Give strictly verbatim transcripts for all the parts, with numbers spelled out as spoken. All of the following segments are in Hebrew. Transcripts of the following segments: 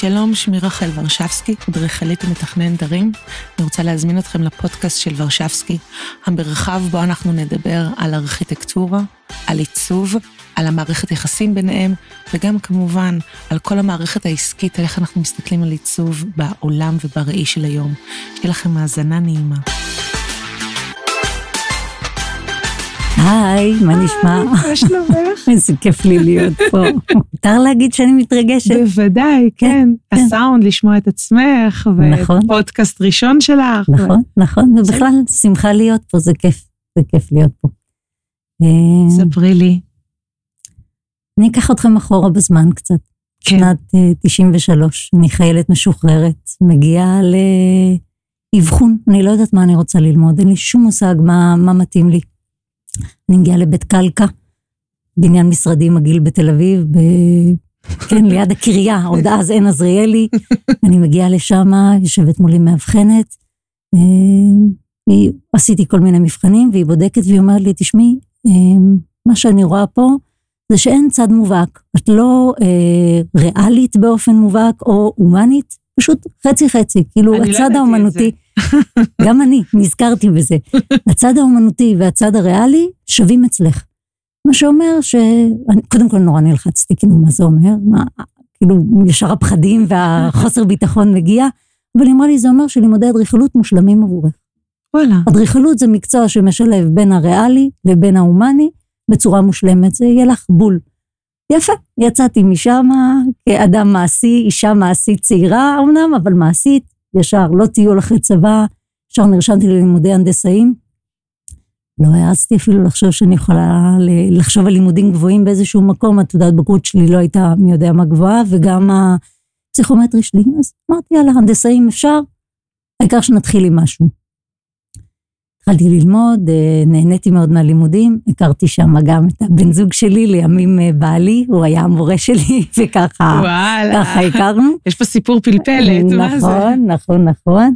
שלום, שמי רחל ורשבסקי, אדריכלית ומתכננת ערים. אני רוצה להזמין אתכם לפודקאסט של ורשבסקי, המרחב בו אנחנו נדבר על ארכיטקטורה, על עיצוב, על המערכת יחסים ביניהם, וגם כמובן על כל המערכת העסקית, על איך אנחנו מסתכלים על עיצוב בעולם ובראי של היום. שיהיה לכם האזנה נעימה. היי, מה נשמע? מה שלומך? איזה כיף לי להיות פה. מותר להגיד שאני מתרגשת? בוודאי, כן. הסאונד, לשמוע את עצמך, ופודקאסט ראשון שלך. נכון, נכון, ובכלל שמחה להיות פה, זה כיף, זה כיף להיות פה. ספרי לי. אני אקח אתכם אחורה בזמן קצת. שנת תשעים ושלוש, אני חיילת משוחררת, מגיעה לאבחון, אני לא יודעת מה אני רוצה ללמוד, אין לי שום מושג מה מתאים לי. אני מגיעה לבית קלקה, בניין משרדי מגיל בתל אביב, ב... כן, ליד הקריה, עוד אז אין עזריאלי, אני מגיעה לשם, יושבת מולי מאבחנת, עשיתי כל מיני מבחנים, והיא בודקת והיא אומרת לי, תשמעי, מה שאני רואה פה, זה שאין צד מובהק, את לא ריאלית באופן מובהק, או אומנית, פשוט חצי חצי, כאילו הצד האומנותי, גם אני נזכרתי בזה, הצד האומנותי והצד הריאלי שווים אצלך, מה שאומר ש... קודם כל נורא נלחצתי, כאילו מה זה אומר, מה, כאילו ישר הפחדים והחוסר ביטחון מגיע, אבל היא אמרה לי, זה אומר שלימודי אדריכלות מושלמים עבורך. וואלה. אדריכלות זה מקצוע שמשלב בין הריאלי לבין האומני, בצורה מושלמת, זה יהיה לך בול. יפה, יצאתי משם כאדם מעשי, אישה מעשית צעירה, אמנם, אבל מעשית, ישר, לא תהיו אחרי צבא, ישר נרשמתי ללימודי הנדסאים, לא העזתי אפילו לחשוב שאני יכולה לחשוב על לימודים גבוהים באיזשהו מקום, התעודת בגרות שלי לא הייתה מי יודע מה גבוהה, וגם הפסיכומטרי שלי, אז אמרתי, יאללה, הנדסאים אפשר, העיקר שנתחיל עם משהו. התחלתי ללמוד, נהניתי מאוד מהלימודים, הכרתי שם גם את הבן זוג שלי, לימים בעלי, הוא היה המורה שלי, וככה ככה הכרנו. יש פה סיפור פלפלת, מה זה? נכון, נכון, נכון.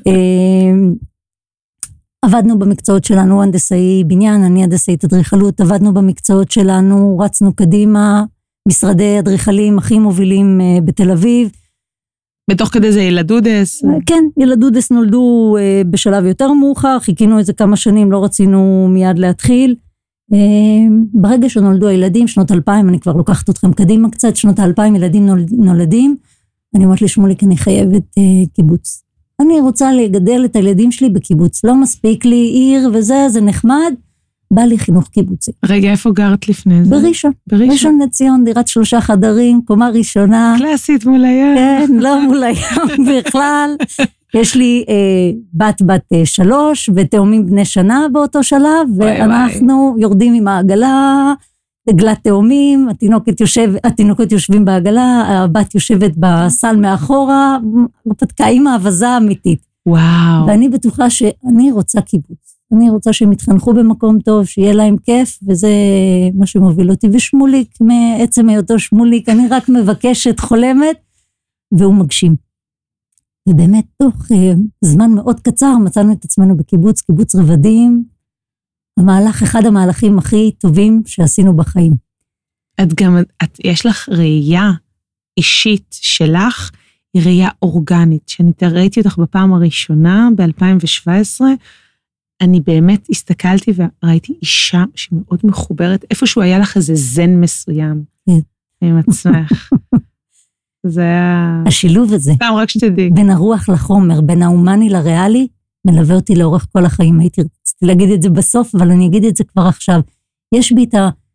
עבדנו במקצועות שלנו, הנדסאי בניין, אני הנדסאית אדריכלות, עבדנו במקצועות שלנו, רצנו קדימה, משרדי אדריכלים הכי מובילים בתל אביב, בתוך כדי זה ילדודס? כן, ילדודס נולדו אה, בשלב יותר מאוחר, חיכינו איזה כמה שנים, לא רצינו מיד להתחיל. אה, ברגע שנולדו הילדים, שנות אלפיים, אני כבר לוקחת אתכם קדימה קצת, שנות האלפיים ילדים נולד, נולדים, אני אומרת לשמוליק, אני חייבת אה, קיבוץ. אני רוצה לגדל את הילדים שלי בקיבוץ, לא מספיק לי עיר וזה, זה נחמד, בא לי חינוך קיבוצי. רגע, איפה גרת לפני זה? בראשון. בראשון. ראשון לציון, דירת שלושה חדרים, קומה ראשונה. קלאסית מול הים. כן, לא מול הים בכלל. יש לי אה, בת בת אה, שלוש, ותאומים בני שנה באותו שלב, ואנחנו וואי. יורדים עם העגלה, דגלת תאומים, התינוקת יושב, התינוקות יושבים בעגלה, הבת יושבת בסל מאחורה, פתקה עם האבזה אמיתית. וואו. ואני בטוחה שאני רוצה קיבוץ. אני רוצה שהם יתחנכו במקום טוב, שיהיה להם כיף, וזה מה שמוביל אותי. ושמוליק, מעצם היותו שמוליק, אני רק מבקשת, חולמת, והוא מגשים. ובאמת, תוך זמן מאוד קצר, מצאנו את עצמנו בקיבוץ, קיבוץ רבדים, המהלך, אחד המהלכים הכי טובים שעשינו בחיים. את גם, את, יש לך ראייה אישית שלך, היא ראייה אורגנית, שאני ראיתי אותך בפעם הראשונה, ב-אלפיים שבע עשרה, אני באמת הסתכלתי וראיתי אישה שמאוד מחוברת, איפשהו היה לך איזה זן מסוים, עם עצמך. זה היה... השילוב הזה. סתם, רק שתדעי. בין הרוח לחומר, בין האומני לריאלי, מלווה אותי לאורך כל החיים. הייתי רציתי להגיד את זה בסוף, אבל אני אגיד את זה כבר עכשיו. יש בי את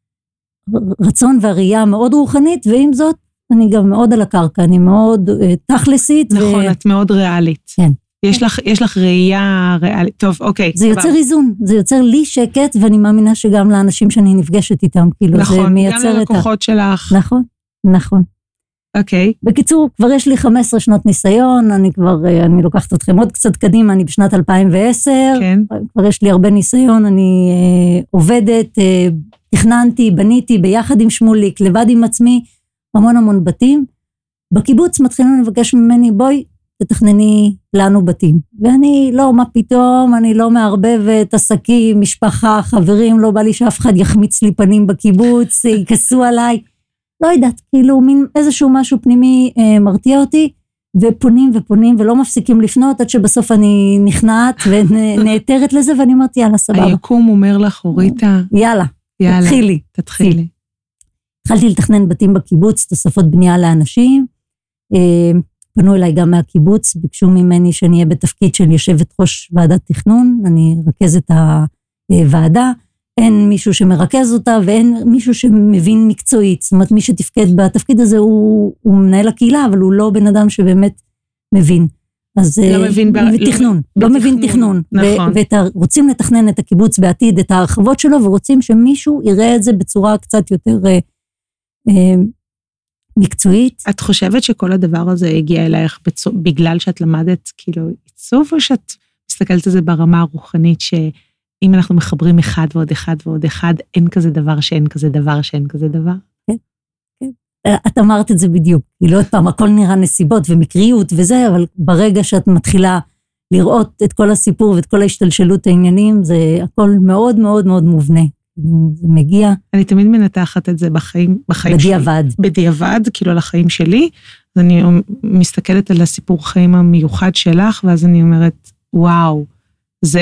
הרצון והראייה המאוד רוחנית, ועם זאת, אני גם מאוד על הקרקע, אני מאוד תכלסית. נכון, את מאוד ריאלית. כן. יש לך, יש לך ראייה ריאלית. טוב, אוקיי. זה יוצר איזון, זה יוצר לי שקט, ואני מאמינה שגם לאנשים שאני נפגשת איתם, כאילו זה מייצר את ה... נכון, גם ללקוחות שלך. נכון, נכון. אוקיי. בקיצור, כבר יש לי חמש עשרה שנות ניסיון, אני כבר, אני לוקחת אתכם עוד קצת קדימה, אני בשנת אלפיים ועשר, כן. כבר יש לי הרבה ניסיון, אני אה, עובדת, אה, תכננתי, בניתי ביחד עם שמוליק, לבד עם עצמי, המון המון בתים. בקיבוץ מתחילים לבקש ממני, בואי, תתכנני לנו בתים. ואני לא, מה פתאום, אני לא מערבבת עסקים, משפחה, חברים, לא בא לי שאף אחד יחמיץ לי פנים בקיבוץ, יכעסו עליי. לא יודעת, כאילו מין איזשהו משהו פנימי אה, מרתיע אותי, ופונים ופונים ולא מפסיקים לפנות, עד שבסוף אני נכנעת ונעתרת לזה, ואני אומרת יאללה סבבה. היקום אומר לך, אוריתה. יאללה, יאללה, תתחילי. תתחילי. התחלתי לתכנן בתים בקיבוץ, תוספות בנייה לאנשים, אה, פנו אליי גם מהקיבוץ, ביקשו ממני שאני אהיה בתפקיד של יושבת ראש ועדת תכנון, אני ארכז את הוועדה, אין מישהו שמרכז אותה, ואין מישהו שמבין מקצועית, זאת אומרת, מי שתפקד בתפקיד הזה הוא, הוא מנהל הקהילה, אבל הוא לא בן אדם שבאמת מבין. אז לא מבין בתכנון, לא, לא מבין תכנון. נכון. ורוצים לתכנן את הקיבוץ בעתיד, את ההרחבות שלו, ורוצים שמישהו יראה את זה בצורה קצת יותר אה, אה, מקצועית. את חושבת שכל הדבר הזה הגיע אלייך בצור, בגלל שאת למדת כאילו עיצוב, או שאת מסתכלת על זה ברמה הרוחנית, שאם אנחנו מחברים אחד ועוד אחד ועוד אחד, אין כזה דבר שאין כזה דבר שאין כזה דבר? כן, כן. את אמרת את זה בדיוק. כאילו עוד פעם, הכל נראה נסיבות ומקריות וזה, אבל ברגע שאת מתחילה לראות את כל הסיפור ואת כל ההשתלשלות העניינים, זה הכל מאוד מאוד מאוד מובנה. זה מגיע. אני תמיד מנתחת את זה בחיים, בחיים בדיעבד. שלי. בדיעבד, כאילו על החיים שלי, אז אני מסתכלת על הסיפור חיים המיוחד שלך, ואז אני אומרת, וואו, זה,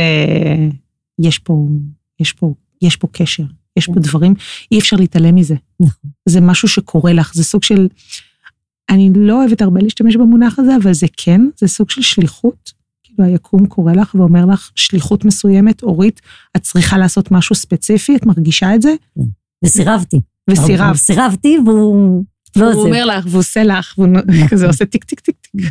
יש פה, יש פה, יש פה קשר, יש פה דברים, אי אפשר להתעלם מזה. נכון. זה משהו שקורה לך, זה סוג של, אני לא אוהבת הרבה להשתמש במונח הזה, אבל זה כן, זה סוג של שליחות, והיקום קורא לך ואומר לך, שליחות מסוימת, אורית, את צריכה לעשות משהו ספציפי, את מרגישה את זה? וסירבתי. וסירב. סירבתי, והוא לא עוזב. הוא אומר לך, והוא עושה לך, והוא כזה עושה טיק טיק טיק טיק.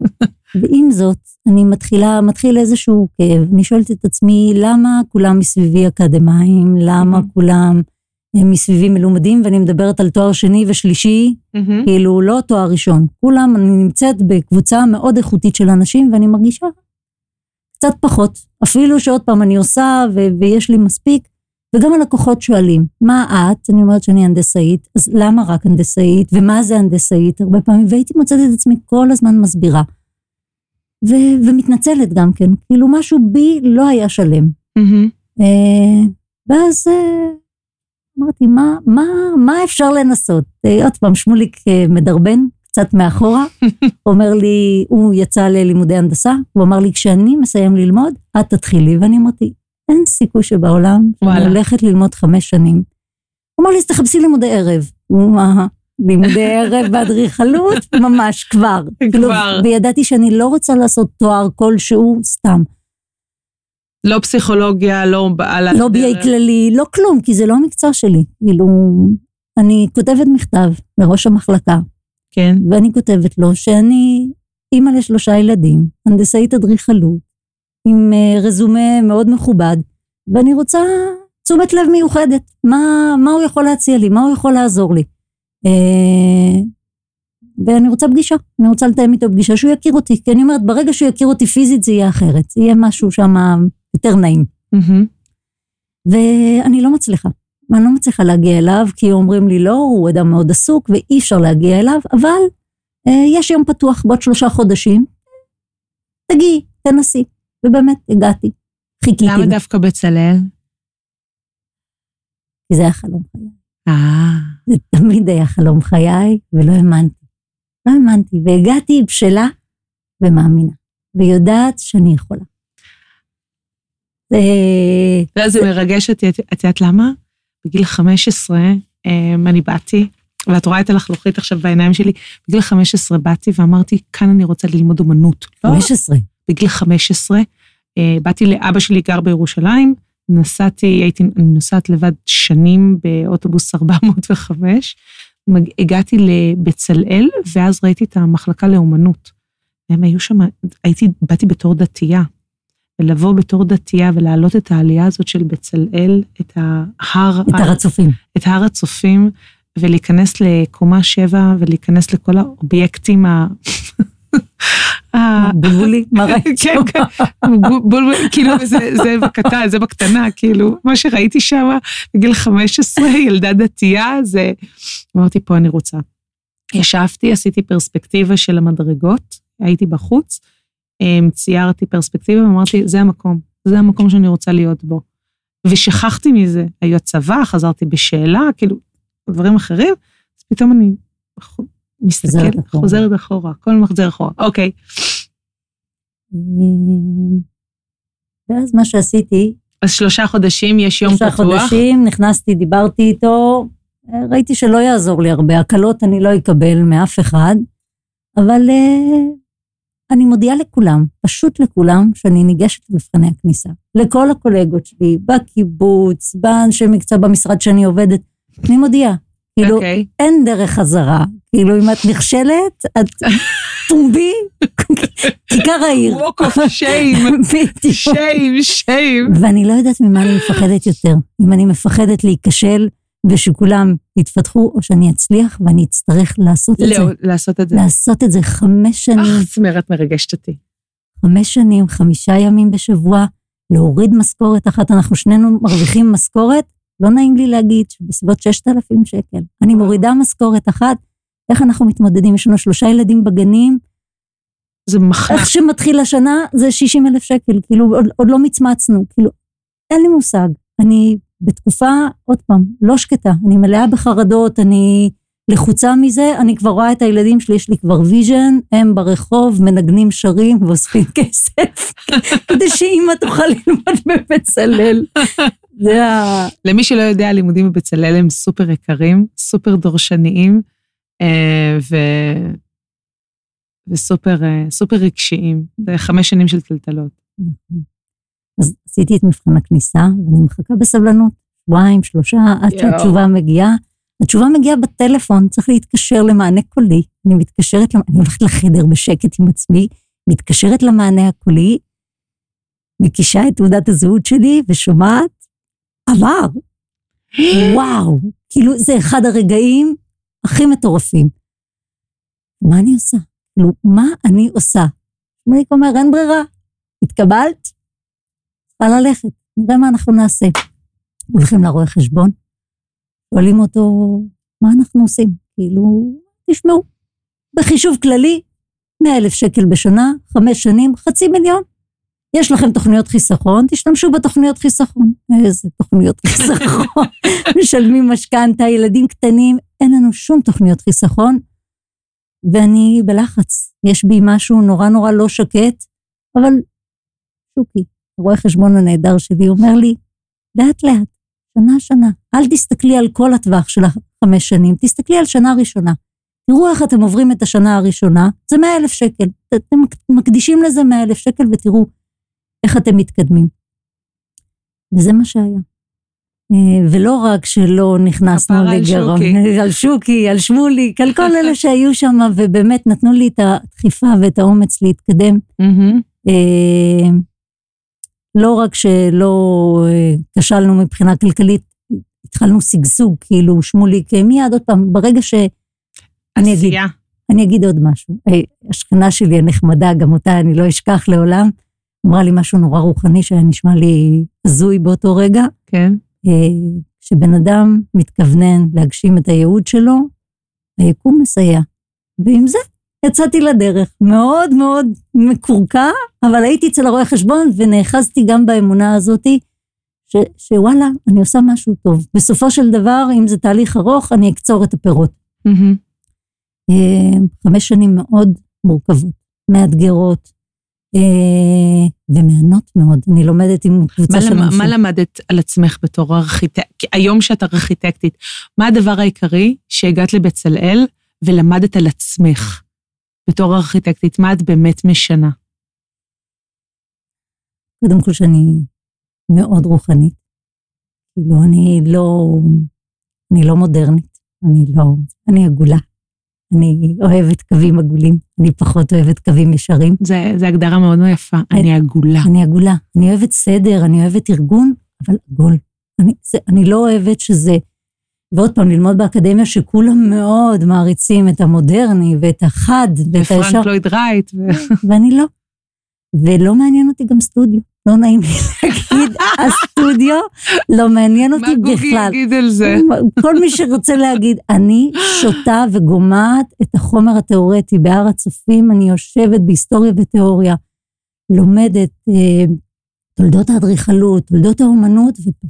ועם זאת, אני מתחילה, מתחיל איזשהו כאב, אני שואלת את עצמי, למה כולם מסביבי אקדמיים, למה כולם מסביבי מלומדים, ואני מדברת על תואר שני ושלישי, כאילו לא תואר ראשון. כולם, אני נמצאת בקבוצה מאוד איכותית של אנשים, ואני מרגישה קצת פחות, אפילו שעוד פעם אני עושה, ו- ויש לי מספיק, וגם הלקוחות שואלים, מה את? אני אומרת שאני הנדסאית, אז למה רק הנדסאית? ומה זה הנדסאית? הרבה פעמים, והייתי מוצאת את עצמי כל הזמן מסבירה, ו- ומתנצלת גם כן, כאילו משהו בי לא היה שלם. Mm-hmm. אה, ואז אה, אמרתי, מה, מה, מה אפשר לנסות? אה, עוד פעם, שמוליק אה, מדרבן, קצת מאחורה, אומר לי, הוא יצא ללימודי הנדסה, הוא אמר לי, כשאני מסיים ללמוד, את תתחילי, ואני אמרתי, אין סיכוי שבעולם, אני הולכת ללמוד חמש שנים. הוא אמר לי, אז תחפשי לימודי ערב. הוא אמר, לימודי ערב באדריכלות, ממש כבר. כבר. וידעתי שאני לא רוצה לעשות תואר כלשהו, סתם. לא פסיכולוגיה, לא בעל... לא בי כללי, לא כלום, כי זה לא המקצוע שלי. כאילו, אני כותבת מכתב לראש המחלקה, כן. ואני כותבת לו שאני אימא לשלושה ילדים, הנדסאית אדריכלות, עם רזומה מאוד מכובד, ואני רוצה תשומת לב מיוחדת. מה, מה הוא יכול להציע לי? מה הוא יכול לעזור לי? ואני רוצה פגישה. אני רוצה לתאם איתו פגישה, שהוא יכיר אותי. כי אני אומרת, ברגע שהוא יכיר אותי פיזית, זה יהיה אחרת. זה יהיה משהו שם יותר נעים. ואני לא מצליחה. אני לא מצליחה להגיע אליו, כי אומרים לי לא, הוא אדם מאוד עסוק, ואי אפשר להגיע אליו, אבל יש יום פתוח בעוד שלושה חודשים. תגיעי, תנסי. ובאמת הגעתי, חיכיתי. למה דווקא בצלאל? כי זה היה חלום חיי. אה. זה תמיד היה חלום חיי, ולא האמנתי. לא האמנתי, והגעתי בשלה ומאמינה, ויודעת שאני יכולה. זה... זה מרגש אותי, את יודעת למה? בגיל חמש עשרה, אני באתי, ואת רואה את הלחלוכית עכשיו בעיניים שלי, בגיל חמש עשרה באתי ואמרתי, כאן אני רוצה ללמוד אומנות. חמש עשרה? בגיל חמש עשרה, באתי לאבא שלי גר בירושלים, נסעתי, הייתי נוסעת לבד שנים באוטובוס ארבע מאות וחמש, הגעתי לבצלאל, ואז ראיתי את המחלקה לאומנות. הם היו שם, הייתי, באתי בתור דתייה, ולבוא בתור דתייה ולהעלות את העלייה הזאת של בצלאל, את ההר... את הר הצופים. את הר הצופים, ולהיכנס לקומה שבע, ולהיכנס לכל האובייקטים ה... בולבולי, מה ראית? כן, כן, בולבולי, כאילו זה בקטנה, זה בקטנה, כאילו, מה שראיתי שם, בגיל חמש עשרה, ילדה דתייה, זה, אמרתי, פה אני רוצה. ישבתי, עשיתי פרספקטיבה של המדרגות, הייתי בחוץ, ציירתי פרספקטיבה, ואמרתי, זה המקום, זה המקום שאני רוצה להיות בו. ושכחתי מזה, היו הצבא, חזרתי בשאלה, כאילו, דברים אחרים, אז פתאום אני מסתכלת, חוזרת אחורה, הכל מחזר אחורה, אוקיי. ואז מה שעשיתי, אז שלושה חודשים, יש יום פתוח. שלושה חודשים, נכנסתי, דיברתי איתו, ראיתי שלא יעזור לי הרבה, הקלות אני לא אקבל מאף אחד, אבל אני מודיעה לכולם, פשוט לכולם, שאני ניגשת למבחני הכניסה. לכל הקולגות שלי, בקיבוץ, באנשי מקצוע במשרד שאני עובדת, אני מודיעה. כאילו, okay. אין דרך חזרה. כאילו, אם את נכשלת, את פומבי, כיכר העיר. walk of shame. shame, shame. ואני לא יודעת ממה אני מפחדת יותר. אם אני מפחדת להיכשל, ושכולם יתפתחו, או שאני אצליח, ואני אצטרך לעשות את לא, זה. לעשות את זה. לעשות את זה חמש שנים. אך, צמרת מרגשת אותי. חמש שנים, חמישה ימים בשבוע, להוריד משכורת אחת, אנחנו שנינו מרוויחים משכורת, לא נעים לי להגיד, שבסביבות ששת אלפים שקל. אני מורידה משכורת אחת, איך אנחנו מתמודדים? יש לנו שלושה ילדים בגנים, זה מחנק. איך שמתחיל השנה, זה שישים אלף שקל, כאילו, עוד, עוד לא מצמצנו, כאילו, אין לי מושג. אני בתקופה, עוד פעם, לא שקטה, אני מלאה בחרדות, אני לחוצה מזה, אני כבר רואה את הילדים שלי, יש לי כבר ויז'ן, הם ברחוב, מנגנים שרים, ואוספים כסף, כדי שאמא תוכל ללמוד בבצלאל. זה ה... למי שלא יודע, לימודים בבצלאל הם סופר יקרים, סופר דורשניים, ו... וסופר סופר רגשיים. זה חמש שנים של טלטלות. אז עשיתי את מבחן הכניסה, ואני מחכה בסבלנות, שבועיים, שלושה, עד שהתשובה מגיעה. התשובה מגיעה בטלפון, צריך להתקשר למענה קולי. אני מתקשרת, אני הולכת לחדר בשקט עם עצמי, מתקשרת למענה הקולי, מקישה את תעודת הזהות שלי, ושומעת, עבר. וואו, כאילו זה אחד הרגעים הכי מטורפים. מה אני עושה? כאילו, מה אני עושה? מליק אומר, אין ברירה. התקבלת? צריכה ללכת, נראה מה אנחנו נעשה. הולכים לרואה חשבון, שואלים אותו, מה אנחנו עושים? כאילו, תשמעו, בחישוב כללי, מאה אלף שקל בשנה, חמש שנים, חצי מיליון. יש לכם תוכניות חיסכון, תשתמשו בתוכניות חיסכון. איזה תוכניות חיסכון? משלמים משכנתה, ילדים קטנים, אין לנו שום תוכניות חיסכון, ואני בלחץ. יש בי משהו נורא נורא לא שקט, אבל שוקי, רואה חשבון הנהדר שלי, אומר לי, לאט לאט, שנה שנה, אל תסתכלי על כל הטווח של החמש שנים, תסתכלי על שנה ראשונה. תראו איך אתם עוברים את השנה הראשונה, זה מאה אלף שקל. אתם מקדישים לזה מאה אלף שקל ותראו איך אתם מתקדמים. וזה מה שהיה. ולא רק שלא נכנסנו לגרום, על שוקי, על שמוליק, על כל אלה שהיו שם, ובאמת נתנו לי את הדחיפה ואת האומץ להתקדם. לא רק שלא כשלנו מבחינה כלכלית, התחלנו סגסוג, כאילו שמוליק, מיד עוד פעם, ברגע ש... אני אגיד, אני אגיד עוד משהו. השכנה שלי הנחמדה, גם אותה אני לא אשכח לעולם, אמרה לי משהו נורא רוחני שהיה נשמע לי הזוי באותו רגע. כן. כשבן אדם מתכוונן להגשים את הייעוד שלו, היקום מסייע. ועם זה יצאתי לדרך. מאוד מאוד מקורקע, אבל הייתי אצל הרואה חשבון, ונאחזתי גם באמונה הזאת, ש, שוואלה, אני עושה משהו טוב. בסופו של דבר, אם זה תהליך ארוך, אני אקצור את הפירות. Mm-hmm. חמש שנים מאוד מורכבות, מאתגרות, ומענות מאוד. אני לומדת עם קבוצה של אנשים. מה למדת על עצמך בתור ארכיטקטית? היום שאת ארכיטקטית, מה הדבר העיקרי שהגעת לבצלאל ולמדת על עצמך בתור ארכיטקטית? מה את באמת משנה? קודם כל שאני מאוד רוחנית. כאילו, אני לא, אני לא מודרנית. אני לא, אני עגולה. אני אוהבת קווים עגולים, אני פחות אוהבת קווים ישרים. זה, זה הגדרה מאוד מאוד יפה, אני עגולה. אני עגולה, אני אוהבת סדר, אני אוהבת ארגון, אבל עגול. אני, זה, אני לא אוהבת שזה, ועוד פעם ללמוד באקדמיה שכולם מאוד מעריצים את המודרני ואת החד. ופרנק לויד רייט. ו... ואני לא. ולא מעניין אותי גם סטודיו. לא נעים לי להגיד, הסטודיו לא מעניין אותי בכלל. מה גוגי יגיד על זה? כל מי שרוצה להגיד, אני שותה וגומעת את החומר התיאורטי בהר הצופים, אני יושבת בהיסטוריה ותיאוריה, לומדת אה, תולדות האדריכלות, תולדות האומנות, ופשוט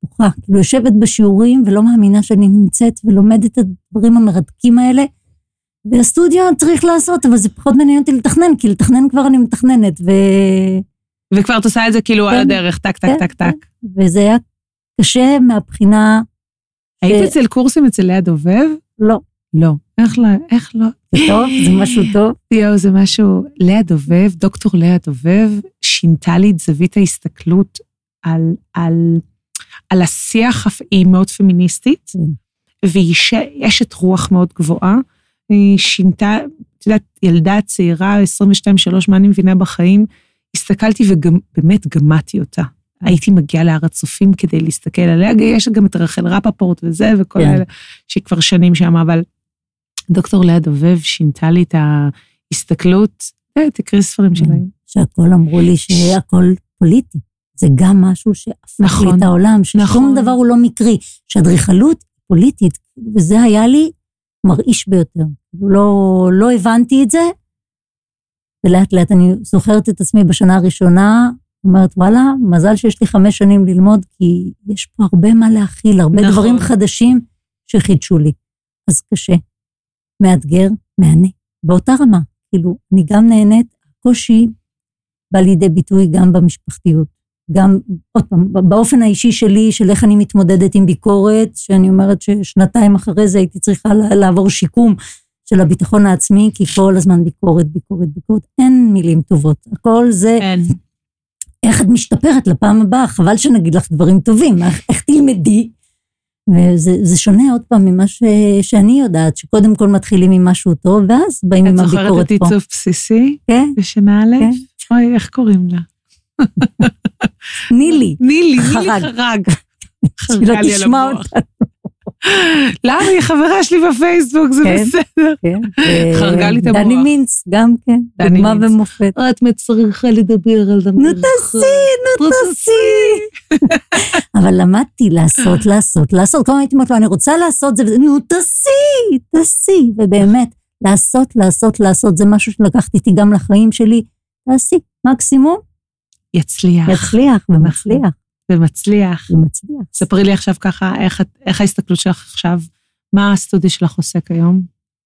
בוכה, כאילו יושבת בשיעורים ולא מאמינה שאני נמצאת ולומדת את הדברים המרתקים האלה, והסטודיו צריך לעשות, אבל זה פחות מעניין אותי לתכנן, כי לתכנן כבר אני מתכננת, ו... וכבר את עושה את זה כאילו כן, על הדרך, טק, טק, טק, טק. וזה היה קשה מהבחינה... היית אצל קורסים אצל לאה דובב? לא. לא. איך לא? איך לא? זה טוב? זה משהו טוב? יואו, זה משהו... לאה דובב, דוקטור לאה דובב, שינתה לי את זווית ההסתכלות על, על, על השיח, היא מאוד פמיניסטית, והיא אשת רוח מאוד גבוהה, היא שינתה, את יודעת, ילדה צעירה, עשרים ושתיים שלוש, מה אני מבינה בחיים, הסתכלתי ובאמת גמתי אותה. הייתי מגיעה להר הצופים כדי להסתכל עליה, יש גם את רחל רפפורט וזה, וכל אלה, שהיא כבר שנים שם, אבל דוקטור לאה דובב שינתה לי את ההסתכלות, תקריא ספרים שלהם. שהכל אמרו לי שהכל פוליטי, זה גם משהו שהפך לי את העולם, ששום דבר הוא לא מקרי, שהדריכלות פוליטית, וזה היה לי מרעיש ביותר. לא, לא הבנתי את זה, ולאט לאט אני זוכרת את עצמי בשנה הראשונה, אומרת, וואלה, מזל שיש לי חמש שנים ללמוד, כי יש פה הרבה מה להכיל, הרבה נכון. דברים חדשים שחידשו לי. אז קשה, מאתגר, מענה, באותה רמה. כאילו, אני גם נהנית, הקושי בא לידי ביטוי גם במשפחתיות. גם, עוד פעם, באופן האישי שלי, של איך אני מתמודדת עם ביקורת, שאני אומרת ששנתיים אחרי זה הייתי צריכה לעבור שיקום של הביטחון העצמי, כי כל הזמן ביקורת, ביקורת, ביקורת, אין מילים טובות. הכל זה... אין. איך את משתפרת לפעם הבאה, חבל שנגיד לך דברים טובים, איך, איך תלמדי, וזה זה שונה עוד פעם ממה ש, שאני יודעת, שקודם כל מתחילים עם משהו טוב, ואז באים עם הביקורת פה. את זוכרת את עיצוב בסיסי? כן. בשנה א'? כן. אוי, איך קוראים לה? נילי. נילי, נילי חרג. חרגה לי על המוח. למה? היא חברה שלי בפייסבוק, זה בסדר. חרגה לי את המוח. דני מינץ, גם כן. דוגמה ומופת. את מצריכה לדבר על דבר. נו תעשי, נו תעשי. אבל למדתי לעשות, לעשות, לעשות. כמה הייתי אומרת לו, אני רוצה לעשות זה, נו תעשי, תעשי. ובאמת, לעשות, לעשות, לעשות, זה משהו שלקחתי איתי גם לחיים שלי. תעשי, מקסימום. יצליח. יצליח ומצליח. ומצליח. ומצליח. ספרי לי עכשיו ככה, איך, איך ההסתכלות שלך עכשיו, מה הסטודיו שלך עוסק היום?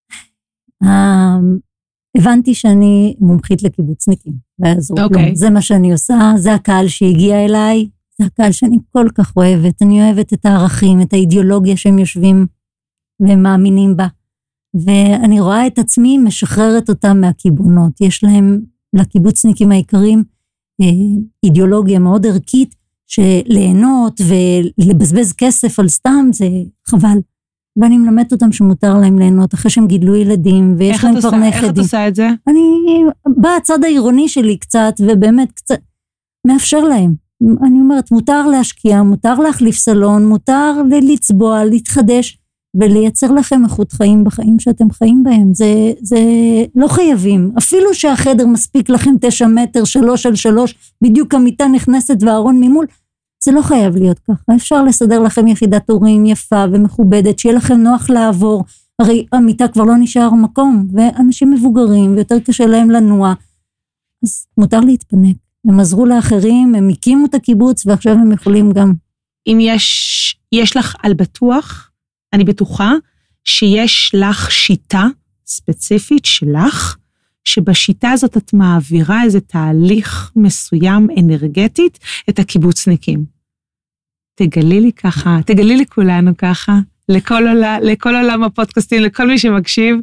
הבנתי שאני מומחית לקיבוצניקים. אוקיי. זה מה שאני עושה, זה הקהל שהגיע אליי, זה הקהל שאני כל כך אוהבת, אני אוהבת את הערכים, את האידיאולוגיה שהם יושבים והם מאמינים בה, ואני רואה את עצמי משחררת אותם מהקיבונות. יש להם, לקיבוצניקים העיקרים, אידיאולוגיה מאוד ערכית, שליהנות ולבזבז כסף על סתם, זה חבל. ואני מלמדת אותם שמותר להם ליהנות, אחרי שהם גידלו ילדים, ויש להם כבר נכדים. איך את עושה את זה? אני, בא הצד העירוני שלי קצת, ובאמת קצת, מאפשר להם. אני אומרת, מותר להשקיע, מותר להחליף סלון, מותר לצבוע, להתחדש, ולייצר לכם איכות חיים בחיים שאתם חיים בהם. זה, זה לא חייבים. אפילו שהחדר מספיק לכם תשע מטר, שלוש על שלוש, בדיוק המיטה נכנסת והארון ממול, זה לא חייב להיות ככה. אפשר לסדר לכם יחידת הורים יפה ומכובדת, שיהיה לכם נוח לעבור. הרי המיטה כבר לא נשאר מקום, ואנשים מבוגרים, ויותר קשה להם לנוע. אז מותר להתפנק. הם עזרו לאחרים, הם הקימו את הקיבוץ, ועכשיו הם יכולים גם. אם יש, יש לך על בטוח, אני בטוחה שיש לך שיטה ספציפית שלך, שבשיטה הזאת את מעבירה איזה תהליך מסוים אנרגטית את הקיבוצניקים. תגלי לי ככה, תגלי לי כולנו ככה, לכל עולם, לכל עולם הפודקאסטים, לכל מי שמקשיב,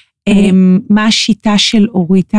מה השיטה של אוריתה?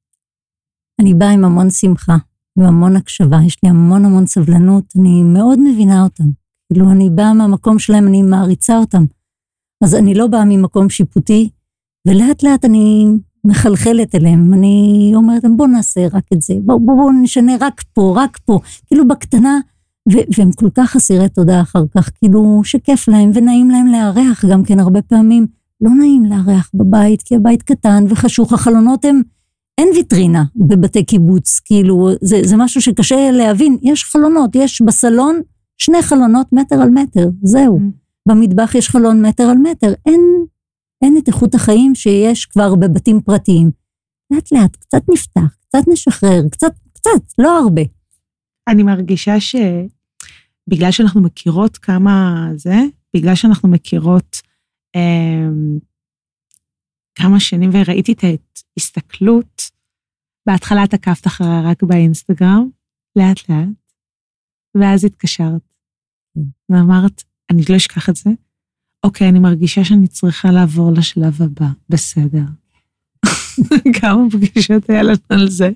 אני באה עם המון שמחה, עם המון הקשבה, יש לי המון המון סבלנות, אני מאוד מבינה אותם. כאילו אני באה מהמקום שלהם, אני מעריצה אותם. אז אני לא באה ממקום שיפוטי, ולאט לאט אני מחלחלת אליהם. אני אומרת, בוא נעשה רק את זה, בוא, בוא, בוא נשנה רק פה, רק פה. כאילו בקטנה, ו- והם כל כך חסירי תודה אחר כך, כאילו שכיף להם ונעים להם לארח, גם כן הרבה פעמים לא נעים לארח בבית, כי הבית קטן וחשוך, החלונות הם, אין ויטרינה בבתי קיבוץ, כאילו זה, זה משהו שקשה להבין, יש חלונות, יש בסלון, שני חלונות מטר על מטר, זהו. במטבח יש חלון מטר על מטר, אין, אין את איכות החיים שיש כבר בבתים פרטיים. לאט לאט, קצת נפתח, קצת נשחרר, קצת, קצת, לא הרבה. אני מרגישה ש... בגלל שאנחנו מכירות כמה זה, בגלל שאנחנו מכירות אה, כמה שנים, וראיתי את ההסתכלות, בהתחלה את עקבת אחריה רק באינסטגרם, לאט לאט, ואז התקשרת, ואמרת, אני לא אשכח את זה, אוקיי, אני מרגישה שאני צריכה לעבור לשלב הבא, בסדר. כמה פגישות היה לנו על זה.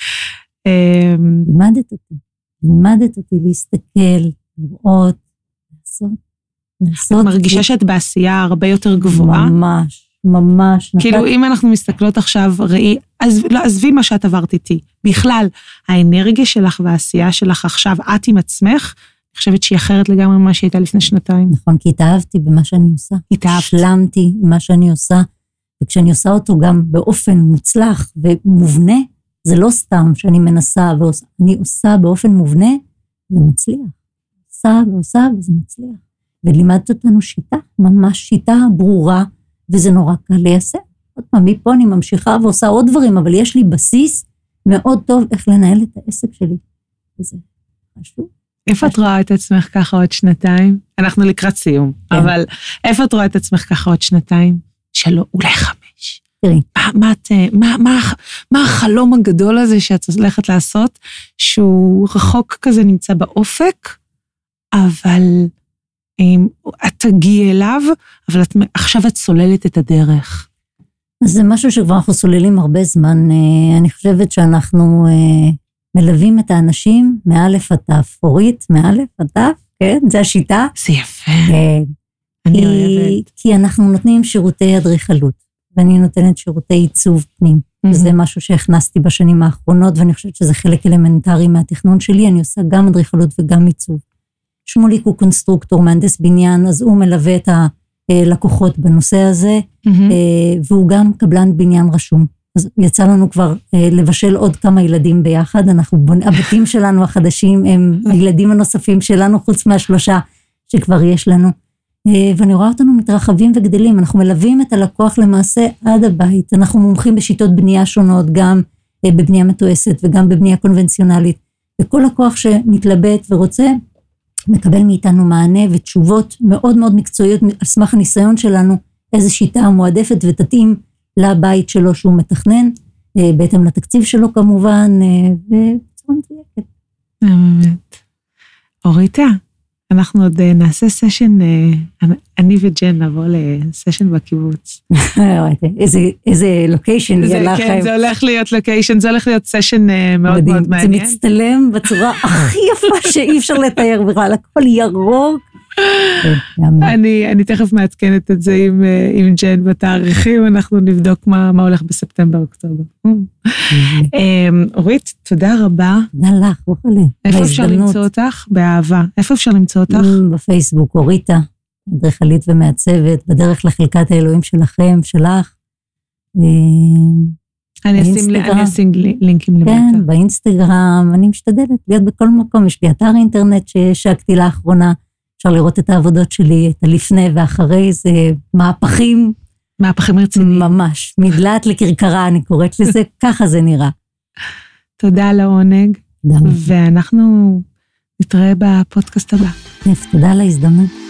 לימדת אותי, לימדת אותי להסתכל, לראות, לעשות, לעשות. את מרגישה שאת בעשייה הרבה יותר גבוהה? ממש, ממש. כאילו, אם אנחנו מסתכלות עכשיו, ראי, לא, עזבי מה שאת עברת איתי. בכלל, האנרגיה שלך והעשייה שלך עכשיו, את עם עצמך, אני חושבת שהיא אחרת לגמרי ממה שהייתה לפני שנתיים. נכון, כי התאהבתי במה שאני עושה. התאהבת. השלמתי עם מה שאני עושה, וכשאני עושה אותו גם באופן מוצלח ומובנה, זה לא סתם שאני מנסה ועושה, אני עושה באופן מובנה, זה מצליח. עושה ועושה וזה מצליח. ולימדת אותנו שיטה, ממש שיטה ברורה, וזה נורא קל ליישם. עוד פעם, מפה אני ממשיכה ועושה עוד דברים, אבל יש לי בסיס מאוד טוב איך לנהל את העסק שלי. וזה חשוב. איפה את רואה את עצמך ככה עוד שנתיים? אנחנו לקראת סיום, כן. אבל איפה את רואה את עצמך ככה עוד שנתיים? שלא, אולי חמש. תראי. מה, מה, מה, מה, מה החלום הגדול הזה שאת הולכת לעשות, שהוא רחוק כזה נמצא באופק, אבל את תגיעי אליו, אבל את, עכשיו את סוללת את הדרך. אז זה משהו שכבר אנחנו סוללים הרבה זמן. אני חושבת שאנחנו מלווים את האנשים מאלף עד תף, אורית, מאלף עד תף, כן? זה השיטה. זה יפה. כן. אני כי, אוהבת. כי אנחנו נותנים שירותי אדריכלות, ואני נותנת שירותי עיצוב פנים. Mm-hmm. וזה משהו שהכנסתי בשנים האחרונות, ואני חושבת שזה חלק אלמנטרי מהתכנון שלי, אני עושה גם אדריכלות וגם עיצוב. שמוליק הוא קונסטרוקטור, מהנדס בניין, אז הוא מלווה את הלקוחות בנושא הזה, mm-hmm. והוא גם קבלן בניין רשום. אז יצא לנו כבר לבשל עוד כמה ילדים ביחד, אנחנו בונים, הבתים שלנו החדשים הם הילדים הנוספים שלנו, חוץ מהשלושה שכבר יש לנו. ואני רואה אותנו מתרחבים וגדלים, אנחנו מלווים את הלקוח למעשה עד הבית, אנחנו מומחים בשיטות בנייה שונות, גם בבנייה מתועסת וגם בבנייה קונבנציונלית, וכל לקוח שמתלבט ורוצה, מקבל מאיתנו מענה ותשובות מאוד מאוד מקצועיות, על סמך הניסיון שלנו, איזו שיטה מועדפת ותתאים לבית שלו שהוא מתכנן, בהתאם לתקציב שלו כמובן, ובצורה מדויקת. באמת. אוריתה, אנחנו עוד נעשה סשן, אני וג'ן נבוא לסשן בקיבוץ. איזה לוקיישן יהיה לכם. כן, זה הולך להיות לוקיישן, זה הולך להיות סשן מאוד מאוד מעניין. זה מצטלם בצורה הכי יפה שאי אפשר לתאר בכלל, הכל ירוק. אני תכף מעדכנת את זה עם ג'ן בתאריכים, אנחנו נבדוק מה הולך בספטמבר אוקטובר. אורית, תודה רבה. תודה לך, רוחלי. איפה אפשר למצוא אותך? באהבה. איפה אפשר למצוא אותך? בפייסבוק, אוריתה, אדריכלית ומעצבת, בדרך לחלקת האלוהים שלכם, שלך. אני אשים לינקים למטה. כן, באינסטגרם, אני משתדלת להיות בכל מקום, יש לי אתר אינטרנט שהשקתי לאחרונה, אפשר לראות את העבודות שלי, את הלפני ואחרי, זה מהפכים. מהפכים רציניים. ממש, מדלת לכרכרה, אני קוראת לזה, ככה זה נראה. תודה על העונג, ואנחנו נתראה בפודקאסט הבא. תודה על ההזדמנות.